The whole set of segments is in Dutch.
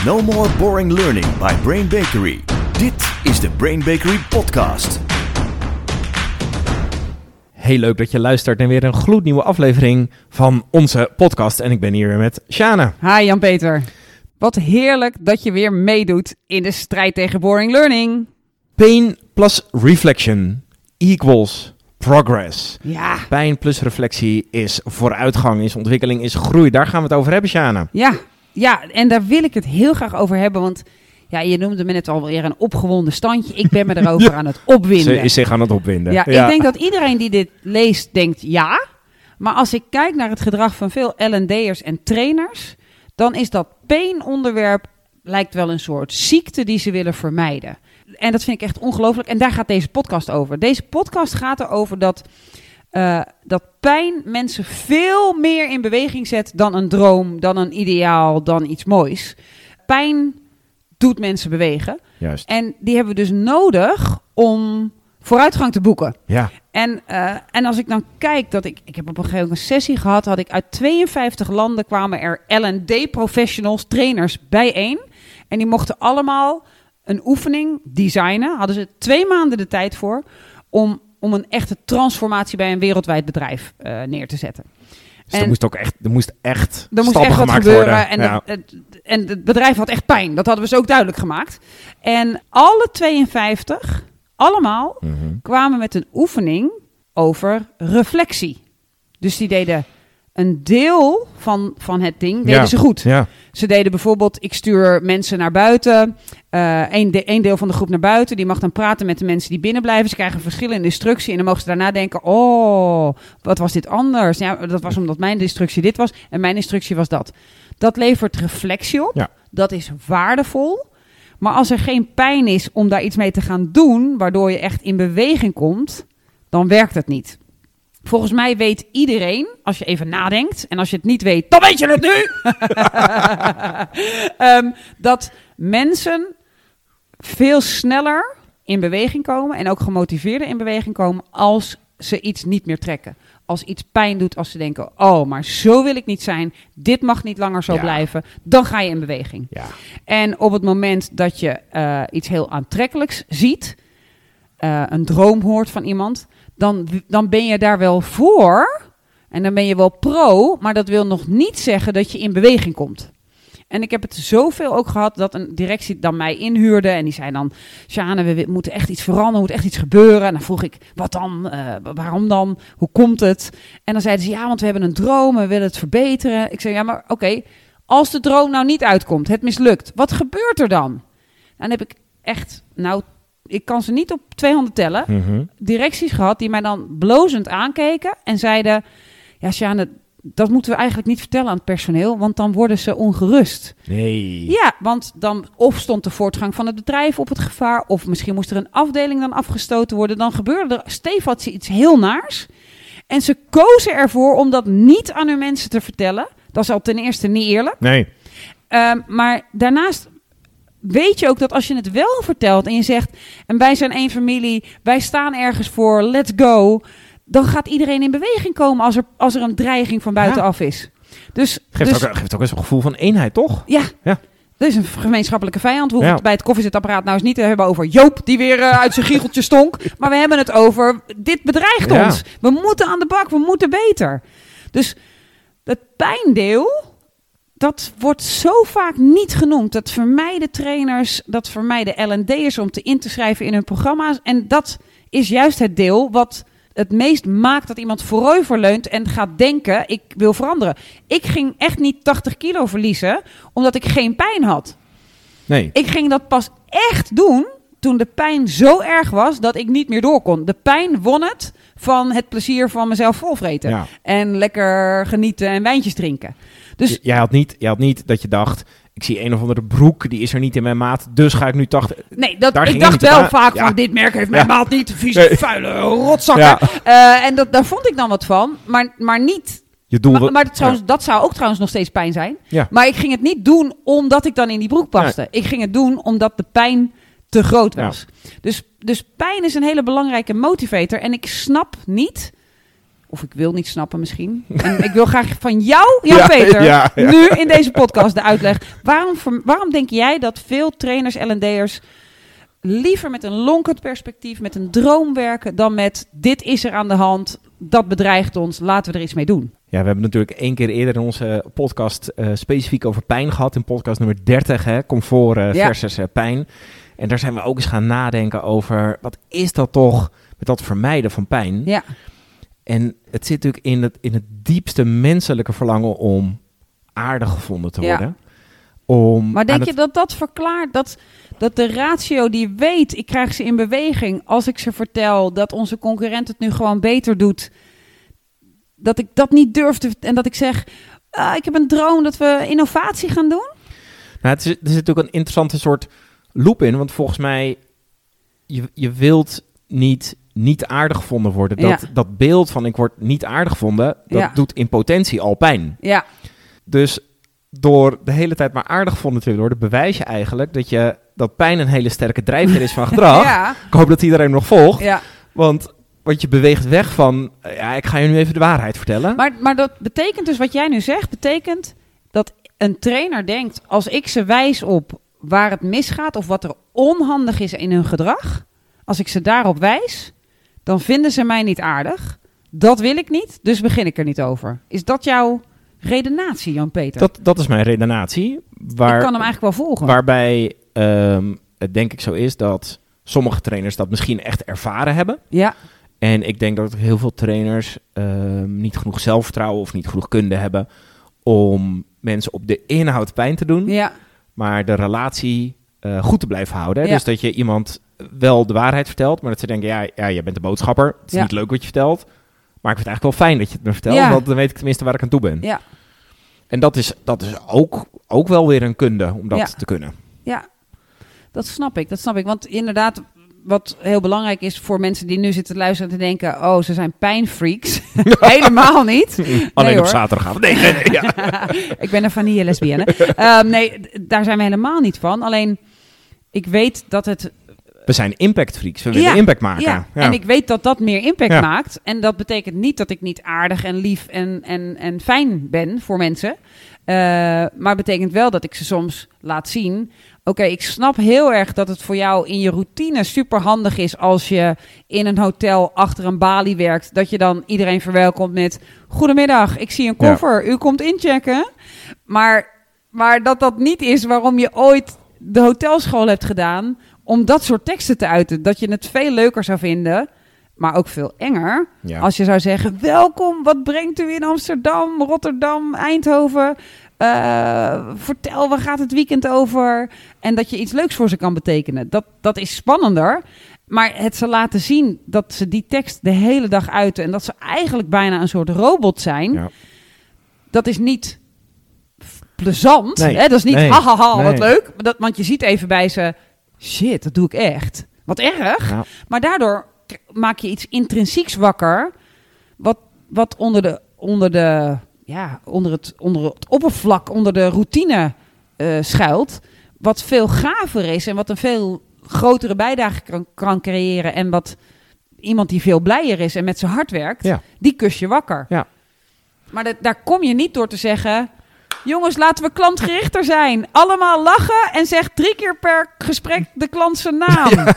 No more boring learning by Brain Bakery. Dit is de Brain Bakery podcast. Heel leuk dat je luistert naar weer een gloednieuwe aflevering van onze podcast. En ik ben hier weer met Sjane. Hi Jan-Peter. Wat heerlijk dat je weer meedoet in de strijd tegen boring learning. Pain plus reflection equals progress. Ja. Pijn plus reflectie is vooruitgang, is ontwikkeling, is groei. Daar gaan we het over hebben, Sjane. Ja, en daar wil ik het heel graag over hebben, want ja, je noemde me net alweer een opgewonden standje. Ik ben me erover aan het opwinden. Ze is zich aan het opwinden. Ja, ik denk dat iedereen die dit leest denkt ja. Maar als ik kijk naar het gedrag van veel L&D'ers en trainers, dan is dat pain-onderwerp lijkt wel een soort ziekte die ze willen vermijden. En dat vind ik echt ongelooflijk. En daar gaat deze podcast over. Deze podcast gaat erover dat pijn mensen veel meer in beweging zet dan een droom, dan een ideaal, dan iets moois. Pijn doet mensen bewegen. Juist. En die hebben we dus nodig om vooruitgang te boeken. Ja. En als ik dan kijk dat ik heb op een gegeven moment een sessie gehad, had ik uit 52 landen kwamen er L&D professionals, trainers bijeen. En die mochten allemaal een oefening designen. Hadden ze 2 maanden de tijd voor om een echte transformatie bij een wereldwijd bedrijf neer te zetten. Dus er moest echt wat gemaakt gebeuren. worden. En het bedrijf had echt pijn. Dat hadden we ze ook duidelijk gemaakt. En alle 52, allemaal, kwamen met een oefening over reflectie. Dus die deden een deel van het ding deden ze goed. Ja. Ze deden bijvoorbeeld, ik stuur mensen naar buiten. Eén deel van de groep naar buiten. Die mag dan praten met de mensen die binnen blijven. Ze krijgen verschillende instructies. En dan mogen ze daarna denken, oh, wat was dit anders? Ja, dat was omdat mijn instructie dit was. En mijn instructie was dat. Dat levert reflectie op. Ja. Dat is waardevol. Maar als er geen pijn is om daar iets mee te gaan doen, waardoor je echt in beweging komt, dan werkt het niet. Volgens mij weet iedereen, als je even nadenkt, en als je het niet weet, dan weet je het nu! Dat mensen veel sneller in beweging komen en ook gemotiveerder in beweging komen als ze iets niet meer trekken. Als iets pijn doet, als ze denken, oh, maar zo wil ik niet zijn, dit mag niet langer zo blijven, dan ga je in beweging. Ja. En op het moment dat je iets heel aantrekkelijks ziet, een droom hoort van iemand, dan ben je daar wel voor en dan ben je wel pro, maar dat wil nog niet zeggen dat je in beweging komt. En ik heb het zoveel ook gehad dat een directie dan mij inhuurde en die zei dan, Sjane, we moeten echt iets veranderen, er moet echt iets gebeuren. En dan vroeg ik, wat dan? Waarom dan? Hoe komt het? En dan zeiden ze, ja, want we hebben een droom, we willen het verbeteren. Ik zei, ja, maar oké, als de droom nou niet uitkomt, het mislukt, wat gebeurt er dan? Dan heb ik echt, ik kan ze niet op 2 handen tellen, directies gehad die mij dan blozend aankeken en zeiden, ja, Sjane, dat moeten we eigenlijk niet vertellen aan het personeel, want dan worden ze ongerust. Nee. Ja, want dan of stond de voortgang van het bedrijf op het gevaar, of misschien moest er een afdeling dan afgestoten worden. Dan gebeurde er, Steve had iets heel naars. En ze kozen ervoor om dat niet aan hun mensen te vertellen. Dat is al ten eerste niet eerlijk. Nee. Maar daarnaast weet je ook dat als je het wel vertelt en je zegt, en wij zijn 1 familie, wij staan ergens voor, let's go, dan gaat iedereen in beweging komen als er een dreiging van buitenaf is. Dus Geeft ook eens een gevoel van eenheid, toch? Ja. Dat is een gemeenschappelijke vijand. We hoeven het bij het koffiezetapparaat nou eens niet te hebben over Joop die weer uit zijn giecheltje stonk. Maar we hebben het over, dit bedreigt ons. We moeten aan de bak, we moeten beter. Dus het pijndeel, dat wordt zo vaak niet genoemd. Dat vermijden trainers, dat vermijden L&D'ers om in te schrijven in hun programma's. En dat is juist het deel wat het meest maakt dat iemand vooroverleunt en gaat denken, ik wil veranderen. Ik ging echt niet 80 kilo verliezen, omdat ik geen pijn had. Nee. Ik ging dat pas echt doen toen de pijn zo erg was dat ik niet meer door kon. De pijn won het van het plezier van mezelf volvreten. Ja. En lekker genieten en wijntjes drinken. Dus Jij had niet dat je dacht, ik zie een of andere broek, die is er niet in mijn maat, dus ga ik nu 80... nee, ik dacht niet wel vaak van, dit merk heeft mijn maat niet, vieze, vuile rotzakken. Ja. En daar vond ik dan wat van, maar niet... Je doel dat zou ook trouwens nog steeds pijn zijn. Ja. Maar ik ging het niet doen omdat ik dan in die broek paste. Nee. Ik ging het doen omdat de pijn te groot was. Ja. Dus pijn is een hele belangrijke motivator. En ik snap niet Of ik wil niet snappen misschien. En ik wil graag van jou, Jan-Peter, nu in deze podcast de uitleg. Waarom denk jij dat veel trainers, L&D'ers liever met een lonkend perspectief, met een droom werken, dan met dit is er aan de hand, dat bedreigt ons, laten we er iets mee doen? Ja, we hebben natuurlijk 1 keer eerder in onze podcast specifiek over pijn gehad. In podcast nummer 30, comfort versus pijn. En daar zijn we ook eens gaan nadenken over, wat is dat toch met dat vermijden van pijn? Ja. En het zit natuurlijk in het diepste menselijke verlangen om aardig gevonden te worden. Maar denk je dat verklaart dat de ratio die weet, ik krijg ze in beweging als ik ze vertel dat onze concurrent het nu gewoon beter doet, dat ik dat niet durf en dat ik zeg, ik heb een droom dat we innovatie gaan doen? Nou, er zit natuurlijk een interessante soort loop in, want volgens mij, je wilt niet aardig gevonden worden. Dat beeld van ik word niet aardig gevonden, dat doet in potentie al pijn. Ja. Dus door de hele tijd maar aardig gevonden te willen worden, bewijs je eigenlijk dat pijn een hele sterke drijfveer is van gedrag. Ja. Ik hoop dat iedereen nog volgt. Ja. Want je beweegt weg van, ik ga je nu even de waarheid vertellen. Maar dat betekent dus, wat jij nu zegt, betekent dat een trainer denkt, als ik ze wijs op waar het misgaat of wat er onhandig is in hun gedrag, als ik ze daarop wijs, dan vinden ze mij niet aardig. Dat wil ik niet, dus begin ik er niet over. Is dat jouw redenatie, Jan-Peter? Dat is mijn redenatie. Ik kan hem eigenlijk wel volgen. Waarbij het denk ik zo is dat sommige trainers dat misschien echt ervaren hebben. Ja. En ik denk dat heel veel trainers niet genoeg zelfvertrouwen of niet genoeg kunde hebben om mensen op de inhoud pijn te doen. Ja. Maar de relatie goed te blijven houden. Ja. Dus dat je iemand wel de waarheid vertelt, maar dat ze denken, jij bent de boodschapper. Het is niet leuk wat je vertelt. Maar ik vind het eigenlijk wel fijn dat je het me vertelt, want dan weet ik tenminste waar ik aan toe ben. Ja. En dat is ook wel weer een kunde om dat te kunnen. Ja, dat snap ik. Want inderdaad, wat heel belangrijk is voor mensen die nu zitten te luisteren en te denken, ze zijn pijnfreaks. Helemaal niet. Alleen op zaterdagavond. Nee. Ja. Ik ben een vanille lesbienne. Nee, daar zijn we helemaal niet van. Alleen, ik weet dat het... We zijn impactfreaks. We willen impact maken. Ja. En ik weet dat meer impact maakt. En dat betekent niet dat ik niet aardig en lief en fijn ben voor mensen. Maar betekent wel dat ik ze soms laat zien. Oké, ik snap heel erg dat het voor jou in je routine super handig is als je in een hotel achter een balie werkt. Dat je dan iedereen verwelkomt met, goedemiddag, ik zie een koffer, u komt inchecken. Maar dat niet is waarom je ooit de hotelschool hebt gedaan om dat soort teksten te uiten. Dat je het veel leuker zou vinden, maar ook veel enger. Ja. Als je zou zeggen, welkom, wat brengt u in Amsterdam, Rotterdam, Eindhoven? Vertel, waar gaat het weekend over? En dat je iets leuks voor ze kan betekenen. Dat is spannender. Maar het ze laten zien dat ze die tekst de hele dag uiten en dat ze eigenlijk bijna een soort robot zijn. Dat is niet plezant. Nee. Hè? Dat is niet wat leuk. Want je ziet even bij ze, shit, dat doe ik echt. Wat erg. Ja. Maar daardoor maak je iets intrinsieks wakker, wat onder het oppervlak, onder de routine schuilt, wat veel gaver is en wat een veel grotere bijdrage kan creëren en wat iemand die veel blijer is en met zijn hart werkt, die kus je wakker. Ja. Maar daar kom je niet door te zeggen, jongens, laten we klantgerichter zijn. Allemaal lachen en zeg 3 keer per gesprek de klant zijn naam. Ja,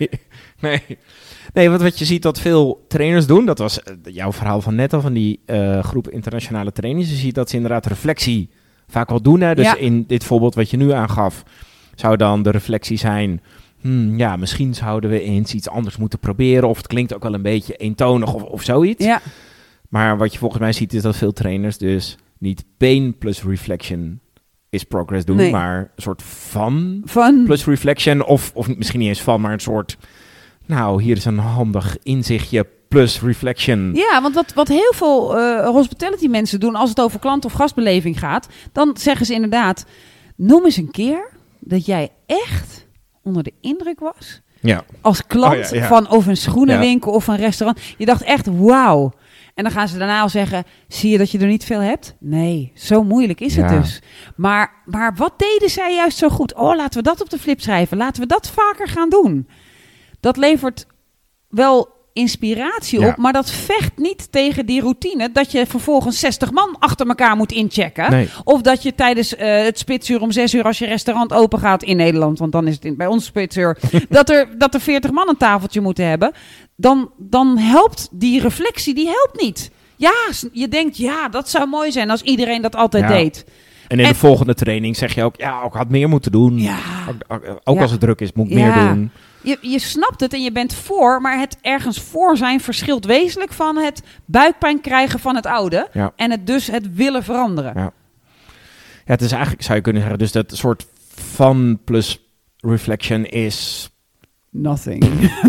nee, wat je ziet dat veel trainers doen, dat was jouw verhaal van net al, van die groep internationale trainers. Je ziet dat ze inderdaad reflectie vaak wel doen. Hè? Dus in dit voorbeeld wat je nu aangaf, zou dan de reflectie zijn, misschien zouden we eens iets anders moeten proberen. Of het klinkt ook wel een beetje eentonig of zoiets. Ja. Maar wat je volgens mij ziet is dat veel trainers dus niet pain plus reflection is progress doen, maar een soort fun plus reflection. Of misschien niet eens fun, maar een soort, hier is een handig inzichtje plus reflection. Ja, want wat heel veel hospitality mensen doen als het over klant- of gastbeleving gaat, dan zeggen ze inderdaad, noem eens een keer dat jij echt onder de indruk was. Ja. Als klant van of een schoenenwinkel of een restaurant. Je dacht echt, wauw. En dan gaan ze daarna al zeggen, zie je dat je er niet veel hebt? Nee, zo moeilijk is het dus. Maar wat deden zij juist zo goed? Oh, laten we dat op de flip schrijven. Laten we dat vaker gaan doen. Dat levert wel inspiratie op, maar dat vecht niet tegen die routine dat je vervolgens 60 man achter elkaar moet inchecken. Nee. Of dat je tijdens het spitsuur om 6 uur als je restaurant open gaat in Nederland, want dan is het bij ons spitsuur, dat er 40 man een tafeltje moeten hebben. Dan helpt die reflectie, die helpt niet. Ja, je denkt, dat zou mooi zijn als iedereen dat altijd deed. En in de volgende training zeg je ook, ik had meer moeten doen. Ja. Ook als het druk is, moet ik meer doen. Je snapt het en je bent voor, maar het ergens voor zijn verschilt wezenlijk van het buikpijn krijgen van het oude. Ja. En het willen veranderen. Ja, het is eigenlijk, zou je kunnen zeggen, dus dat soort fun plus reflection is... Nothing.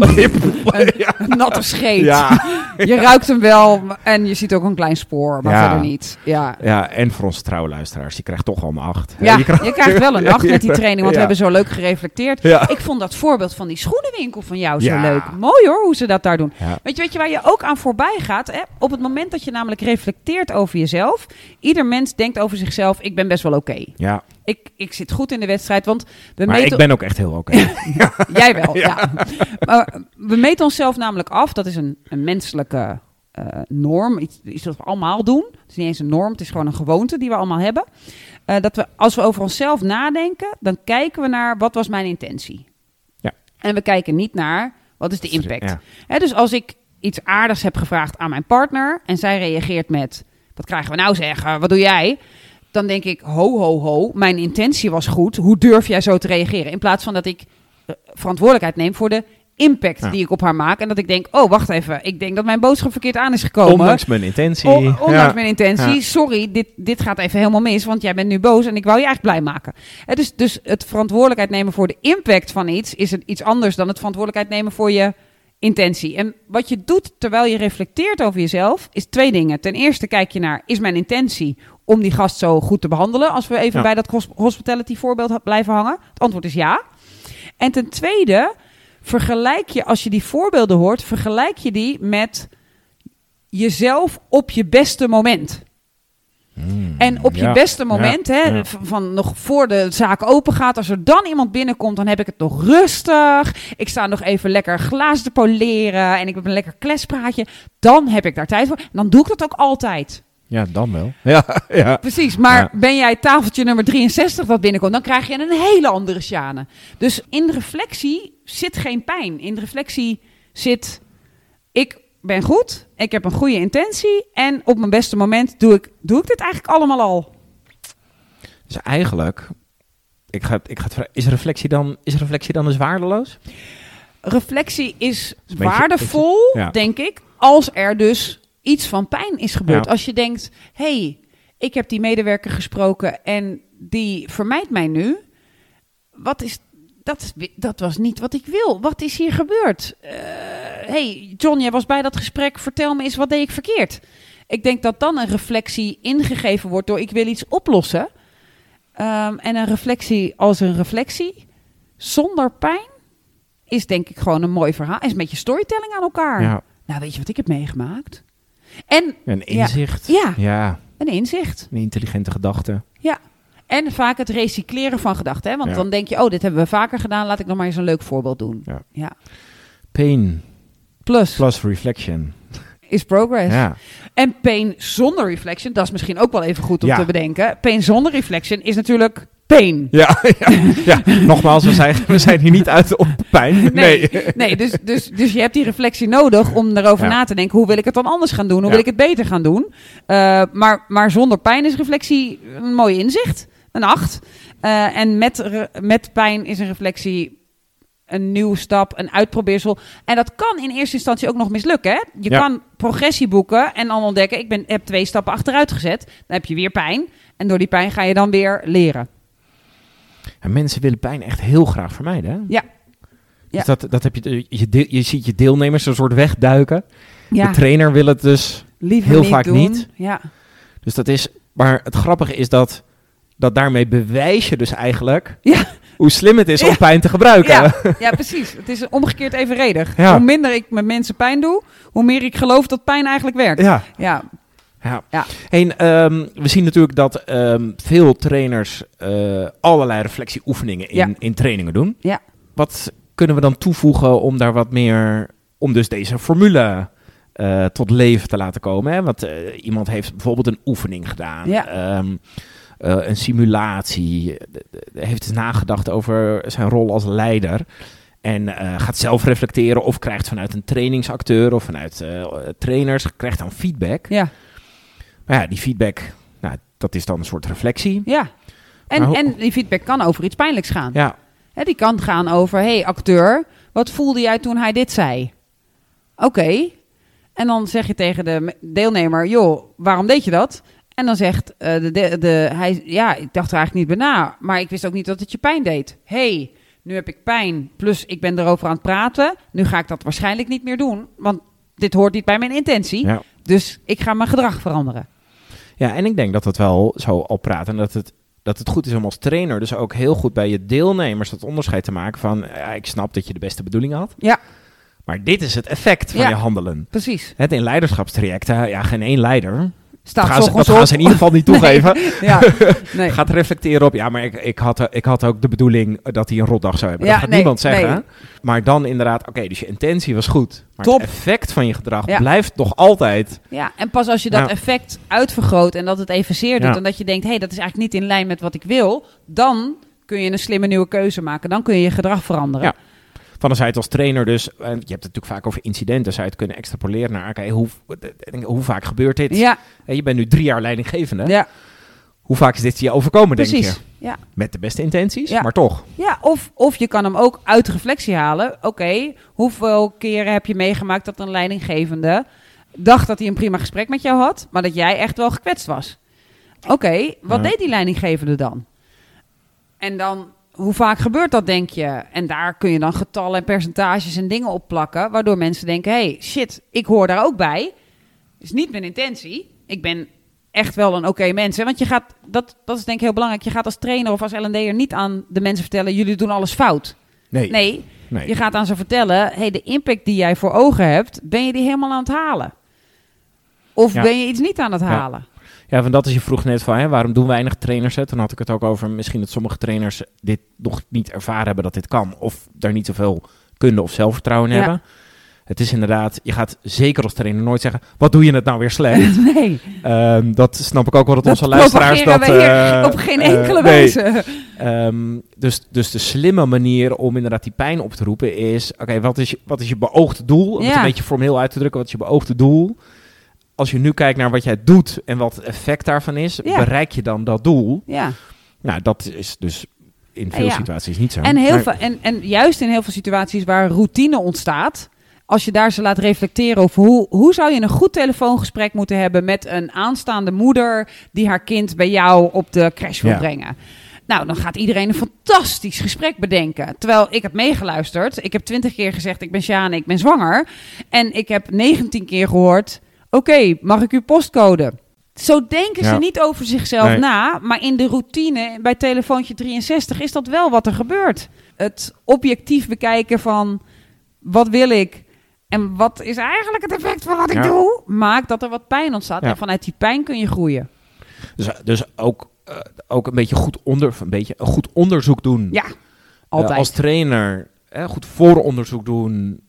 Een natte scheet. Ja. Je ruikt hem wel en je ziet ook een klein spoor, maar verder niet. Ja, en voor onze trouwe luisteraars, die krijgt toch wel een 8. Ja, je krijgt wel een 8 met die training, want we hebben zo leuk gereflecteerd. Ja. Ik vond dat voorbeeld van die schoenenwinkel van jou zo leuk. Mooi hoor, hoe ze dat daar doen. Ja. Weet je waar je ook aan voorbij gaat? Hè? Op het moment dat je namelijk reflecteert over jezelf, ieder mens denkt over zichzelf, ik ben best wel oké. Ja. Ik zit goed in de wedstrijd, want ik ben ook echt heel oké. Jij wel, ja. Maar we meten onszelf namelijk af, dat is een menselijke norm, iets wat we allemaal doen. Het is niet eens een norm, het is gewoon een gewoonte die we allemaal hebben. Dat we, als we over onszelf nadenken, dan kijken we naar, wat was mijn intentie? Ja. En we kijken niet naar, wat is de impact? Ja. Dus als ik iets aardigs heb gevraagd aan mijn partner en zij reageert met, wat krijgen we nou zeggen, wat doe jij? Dan denk ik, ho, mijn intentie was goed. Hoe durf jij zo te reageren? In plaats van dat ik verantwoordelijkheid neem voor de impact die ik op haar maak. En dat ik denk, wacht even. Ik denk dat mijn boodschap verkeerd aan is gekomen. Ondanks mijn intentie. Ondanks mijn intentie. Ja. Sorry, dit gaat even helemaal mis. Want jij bent nu boos en ik wou je eigenlijk blij maken. Dus het verantwoordelijkheid nemen voor de impact van iets is iets anders dan het verantwoordelijkheid nemen voor je intentie. En wat je doet terwijl je reflecteert over jezelf, is 2 dingen. Ten eerste kijk je naar, is mijn intentie om die gast zo goed te behandelen? Als we even bij dat hospitality voorbeeld blijven hangen. Het antwoord is ja. En ten tweede, vergelijk je, als je die voorbeelden hoort, vergelijk je die met jezelf op je beste moment. En op je beste moment, van nog voor de zaak open gaat, als er dan iemand binnenkomt, dan heb ik het nog rustig. Ik sta nog even lekker glazen te poleren en ik heb een lekker kletspraatje. Dan heb ik daar tijd voor. En dan doe ik dat ook altijd. Ja, dan wel. Ja. Precies, maar ben jij tafeltje nummer 63 dat binnenkomt, dan krijg je een hele andere sjane. Dus in reflectie zit geen pijn. In reflectie zit, ik ben goed, ik heb een goede intentie en op mijn beste moment doe ik dit eigenlijk allemaal al. Dus eigenlijk, is reflectie dan dus waardeloos? Reflectie is waardevol, denk ik, als er dus iets van pijn is gebeurd. Ja. Als je denkt, ik heb die medewerker gesproken en die vermijdt mij nu. Dat was niet wat ik wil. Wat is hier gebeurd? John, jij was bij dat gesprek. Vertel me eens, wat deed ik verkeerd? Ik denk dat dan een reflectie ingegeven wordt door ik wil iets oplossen. En een reflectie als een reflectie zonder pijn is denk ik gewoon een mooi verhaal. Is een beetje storytelling aan elkaar. Ja. Nou, weet je wat ik heb meegemaakt? En een inzicht. Ja, een inzicht. Een intelligente gedachte. Ja. En vaak het recycleren van gedachten. Hè? Want dan denk je, dit hebben we vaker gedaan. Laat ik nog maar eens een leuk voorbeeld doen. Ja. Pain plus reflection is progress. Ja. En pain zonder reflection, dat is misschien ook wel even goed om te bedenken. Pain zonder reflection is natuurlijk pain. Ja. Nogmaals, we zijn hier niet uit op pijn. Nee, dus je hebt die reflectie nodig om erover na te denken. Hoe wil ik het dan anders gaan doen? Hoe wil ik het beter gaan doen? Maar zonder pijn is reflectie een mooi inzicht. Een 8. En met pijn is een reflectie een nieuwe stap, een uitprobeersel. En dat kan in eerste instantie ook nog mislukken. Hè? Je kan progressie boeken en dan ontdekken, ik heb 2 stappen achteruit gezet. Dan heb je weer pijn. En door die pijn ga je dan weer leren. En mensen willen pijn echt heel graag vermijden. Hè? Ja. Dus dat heb je ziet je deelnemers een soort wegduiken. Ja. De trainer wil het dus liever heel vaak niet. Ja. Dus dat is, maar het grappige is dat daarmee bewijs je dus eigenlijk hoe slim het is om pijn te gebruiken. Ja, precies. Het is omgekeerd evenredig. Ja. Hoe minder ik met mensen pijn doe, hoe meer ik geloof dat pijn eigenlijk werkt. Ja. Hey, we zien natuurlijk dat veel trainers allerlei reflectieoefeningen in trainingen doen. Ja. Wat kunnen we dan toevoegen om daar wat meer om dus deze formule tot leven te laten komen. Hè? Want iemand heeft bijvoorbeeld een oefening gedaan. Ja. Een simulatie. Heeft eens nagedacht over zijn rol als leider. En gaat zelf reflecteren of krijgt vanuit een trainingsacteur of vanuit trainers, krijgt dan feedback. Ja. Maar ja, die feedback, dat is dan een soort reflectie. Ja. En die feedback kan over iets pijnlijks gaan. Ja. Die kan gaan over, hey acteur, wat voelde jij toen hij dit zei? Oké. En dan zeg je tegen de deelnemer, joh, waarom deed je dat? En dan zegt hij, ik dacht er eigenlijk niet bij na, maar ik wist ook niet dat het je pijn deed. Hey, nu heb ik pijn, plus ik ben erover aan het praten. Nu ga ik dat waarschijnlijk niet meer doen, want dit hoort niet bij mijn intentie. Ja. Dus ik ga mijn gedrag veranderen. Ja, en ik denk dat het wel zo al praten, dat het goed is om als trainer dus ook heel goed bij je deelnemers dat onderscheid te maken van, ik snap dat je de beste bedoelingen had. Ja. Maar dit is het effect van je handelen. Precies. Het in leiderschapstrajecten, geen één leider... Dat gaan ze in ieder geval niet toegeven. Nee. Gaat reflecteren op... maar ik had ook de bedoeling dat hij een rotdag zou hebben. Dat gaat niemand zeggen. Nee. Maar dan inderdaad... dus je intentie was goed. Maar het effect van je gedrag blijft nog altijd... Ja, en pas als je dat effect uitvergroot... en dat het evenzeer doet... en dat je denkt... dat is eigenlijk niet in lijn met wat ik wil... dan kun je een slimme nieuwe keuze maken. Dan kun je je gedrag veranderen. Ja. Van zou je het als trainer dus... je hebt het natuurlijk vaak over incidenten. Zou je het kunnen extrapoleren naar... hoe vaak gebeurt dit? Ja. Je bent nu 3 jaar leidinggevende. Ja. Hoe vaak is dit je overkomen, Precies. denk je? Ja. Met de beste intenties, maar toch. Ja, of je kan hem ook uit de reflectie halen. Oké, hoeveel keren heb je meegemaakt dat een leidinggevende... dacht dat hij een prima gesprek met jou had... maar dat jij echt wel gekwetst was? Oké, wat deed die leidinggevende dan? En dan... Hoe vaak gebeurt dat, denk je? En daar kun je dan getallen en percentages en dingen op plakken... waardoor mensen denken, hey, shit, ik hoor daar ook bij. Dat is niet mijn intentie. Ik ben echt wel een oké mens. Hè? Want je gaat, dat is denk ik heel belangrijk... je gaat als trainer of als L&D'er niet aan de mensen vertellen... jullie doen alles fout. Nee. Je gaat aan ze vertellen... hey, de impact die jij voor ogen hebt... ben je die helemaal aan het halen? Of ben je iets niet aan het halen? Ja, van dat is je vroeg net van, waarom doen weinig trainers het? Dan had ik het ook over misschien dat sommige trainers dit nog niet ervaren hebben dat dit kan. Of daar niet zoveel kunde of zelfvertrouwen hebben. Het is inderdaad, je gaat zeker als trainer nooit zeggen, wat doe je het nou weer slecht? Nee. Dat snap ik ook wel dat onze luisteraars dat... op geen enkele wijze. Dus de slimme manier om inderdaad die pijn op te roepen is, wat is je beoogde doel? Om het een beetje formeel uit te drukken, wat is je beoogde doel? Als je nu kijkt naar wat jij doet en wat het effect daarvan is, bereik je dan dat doel? Ja. Nou, dat is dus in veel situaties niet zo. En juist in heel veel situaties waar routine ontstaat, als je daar ze laat reflecteren over hoe zou je een goed telefoongesprek moeten hebben met een aanstaande moeder die haar kind bij jou op de crash wil brengen. Nou, dan gaat iedereen een fantastisch gesprek bedenken. Terwijl ik heb meegeluisterd. Ik heb 20 keer gezegd, ik ben Sjane, ik ben zwanger. En ik heb 19 keer gehoord... Oké, mag ik uw postcode? Zo denken ze niet over zichzelf na. Maar in de routine, bij telefoontje 63, is dat wel wat er gebeurt. Het objectief bekijken van, wat wil ik? En wat is eigenlijk het effect van wat ik doe? Maakt dat er wat pijn ontstaat. En vanuit die pijn kun je groeien. Dus ook een beetje een goed onderzoek doen. Ja, altijd. Als trainer... goed vooronderzoek doen.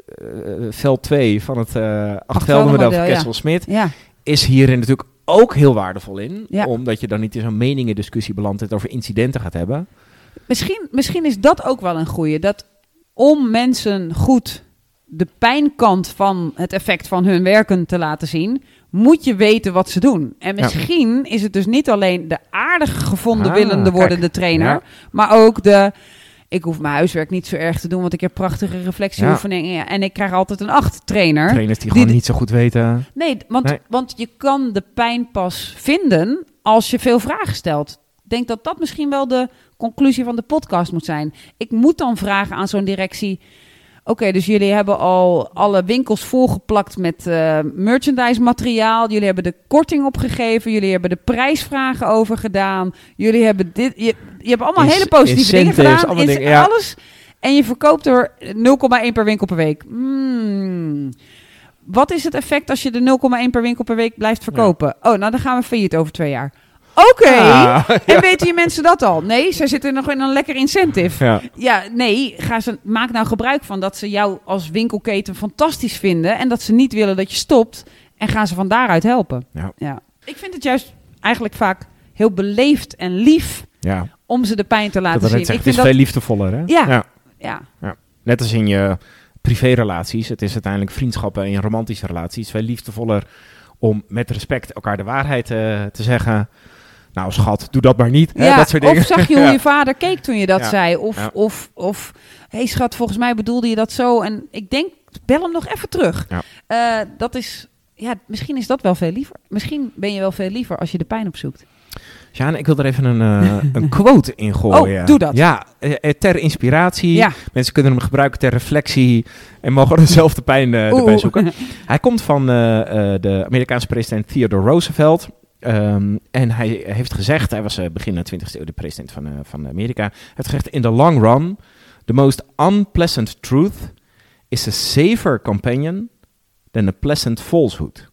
Veld 2 van het 8-veldenmodel van Kessel-Smit is hierin natuurlijk ook heel waardevol in. Ja. Omdat je dan niet in zo'n meningendiscussie belandt en het over incidenten gaat hebben. Misschien is dat ook wel een goeie. Dat om mensen goed de pijnkant van het effect van hun werken te laten zien, moet je weten wat ze doen. En misschien is het dus niet alleen de aardig gevonden willende wordende trainer, maar ook ik hoef mijn huiswerk niet zo erg te doen, want ik heb prachtige reflectieoefeningen en ik krijg altijd een 8 trainer. Trainers die gewoon niet zo goed weten. Nee, want je kan de pijn pas vinden als je veel vragen stelt. Ik denk dat dat misschien wel de conclusie van de podcast moet zijn. Ik moet dan vragen aan zo'n directie, oké, dus jullie hebben al alle winkels volgeplakt met merchandise materiaal. Jullie hebben de korting opgegeven. Jullie hebben de prijsvragen over gedaan. Jullie hebben dit. Je hebt allemaal hele positieve dingen gedaan. Alles. En je verkoopt er 0,1 per winkel per week. Wat is het effect als je de 0,1 per winkel per week blijft verkopen? Ja. Oh, nou dan gaan we failliet over 2 jaar. Oké. En weten je mensen dat al? Nee, zij zitten nog in een lekker incentive. Maak nou gebruik van dat ze jou als winkelketen fantastisch vinden en dat ze niet willen dat je stopt en gaan ze van daaruit helpen. Ja. Ik vind het juist eigenlijk vaak heel beleefd en lief om ze de pijn te laten zien. Het is veel liefdevoller, hè? Ja. Net als in je privérelaties. Het is uiteindelijk vriendschappen en romantische relaties. Veel liefdevoller om met respect elkaar de waarheid te zeggen. Nou, schat, doe dat maar niet. Hè, dat soort dingen. Of zag je hoe je vader keek toen je dat zei? Of hey schat, volgens mij bedoelde je dat zo. En ik denk, bel hem nog even terug. Ja. Dat is... Ja, misschien is dat wel veel liever. Misschien ben je wel veel liever als je de pijn opzoekt. Sjaan, ik wil er even een quote in gooien. Oh, doe dat. Ja, ter inspiratie. Ja. Mensen kunnen hem gebruiken ter reflectie en mogen dezelfde pijn erbij zoeken. Hij komt van de Amerikaanse president Theodore Roosevelt. En hij heeft gezegd, hij was begin 20e eeuw de president van Amerika. Hij heeft gezegd, in the long run, the most unpleasant truth is a safer companion than a pleasant falsehood.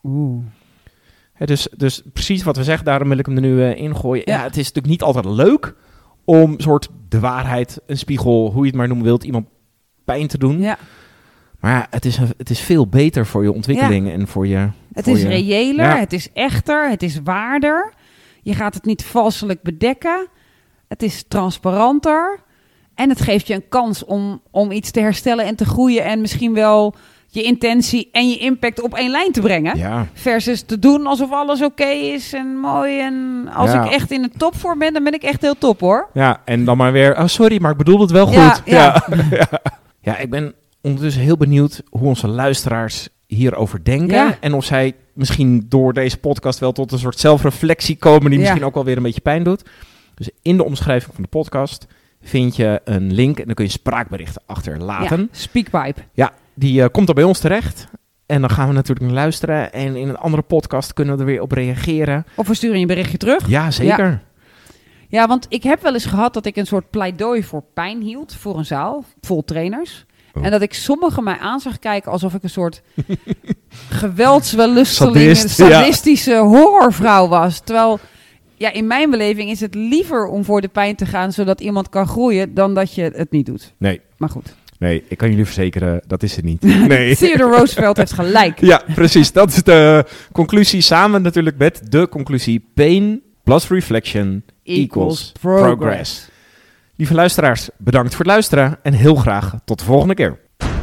Dus precies wat we zeggen, daarom wil ik hem er nu ingooien. Ja, het is natuurlijk niet altijd leuk om soort de waarheid, een spiegel, hoe je het maar noemen wilt, iemand pijn te doen. Ja. Maar ja, het is veel beter voor je ontwikkeling en voor je... Het is reëler, het is echter, het is waarder. Je gaat het niet valselijk bedekken. Het is transparanter. En het geeft je een kans om iets te herstellen en te groeien en misschien wel je intentie en je impact op één lijn te brengen. Ja. Versus te doen alsof alles oké is en mooi. En als ik echt in de topvorm ben, dan ben ik echt heel top, hoor. Ja, en dan maar weer, sorry, maar ik bedoel het wel goed. Ja, ik ben ondertussen heel benieuwd hoe onze luisteraars hierover denken. Ja. En of zij misschien door deze podcast wel tot een soort zelfreflectie komen die misschien ook wel weer een beetje pijn doet. Dus in de omschrijving van de podcast vind je een link en dan kun je spraakberichten achterlaten. Ja, Speakpipe. Ja, die komt dan bij ons terecht. En dan gaan we natuurlijk naar luisteren. En in een andere podcast kunnen we er weer op reageren. Of we sturen je een berichtje terug. Ja, zeker. Ja, want ik heb wel eens gehad dat ik een soort pleidooi voor pijn hield voor een zaal vol trainers. En dat ik sommigen mij aan zag kijken alsof ik een soort geweldswellusteling, sadistische horrorvrouw was. Terwijl, in mijn beleving is het liever om voor de pijn te gaan zodat iemand kan groeien dan dat je het niet doet. Nee. Maar goed. Nee, ik kan jullie verzekeren, dat is het niet. Nee. Theodore Roosevelt heeft gelijk. Ja, precies. Dat is de conclusie. Samen natuurlijk met de conclusie: pain plus reflection equals progress. Lieve luisteraars, bedankt voor het luisteren en heel graag tot de volgende keer.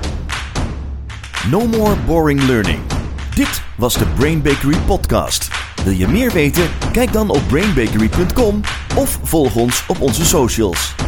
No more boring learning. Dit was de Brain Bakery podcast. Wil je meer weten? Kijk dan op brainbakery.com of volg ons op onze socials.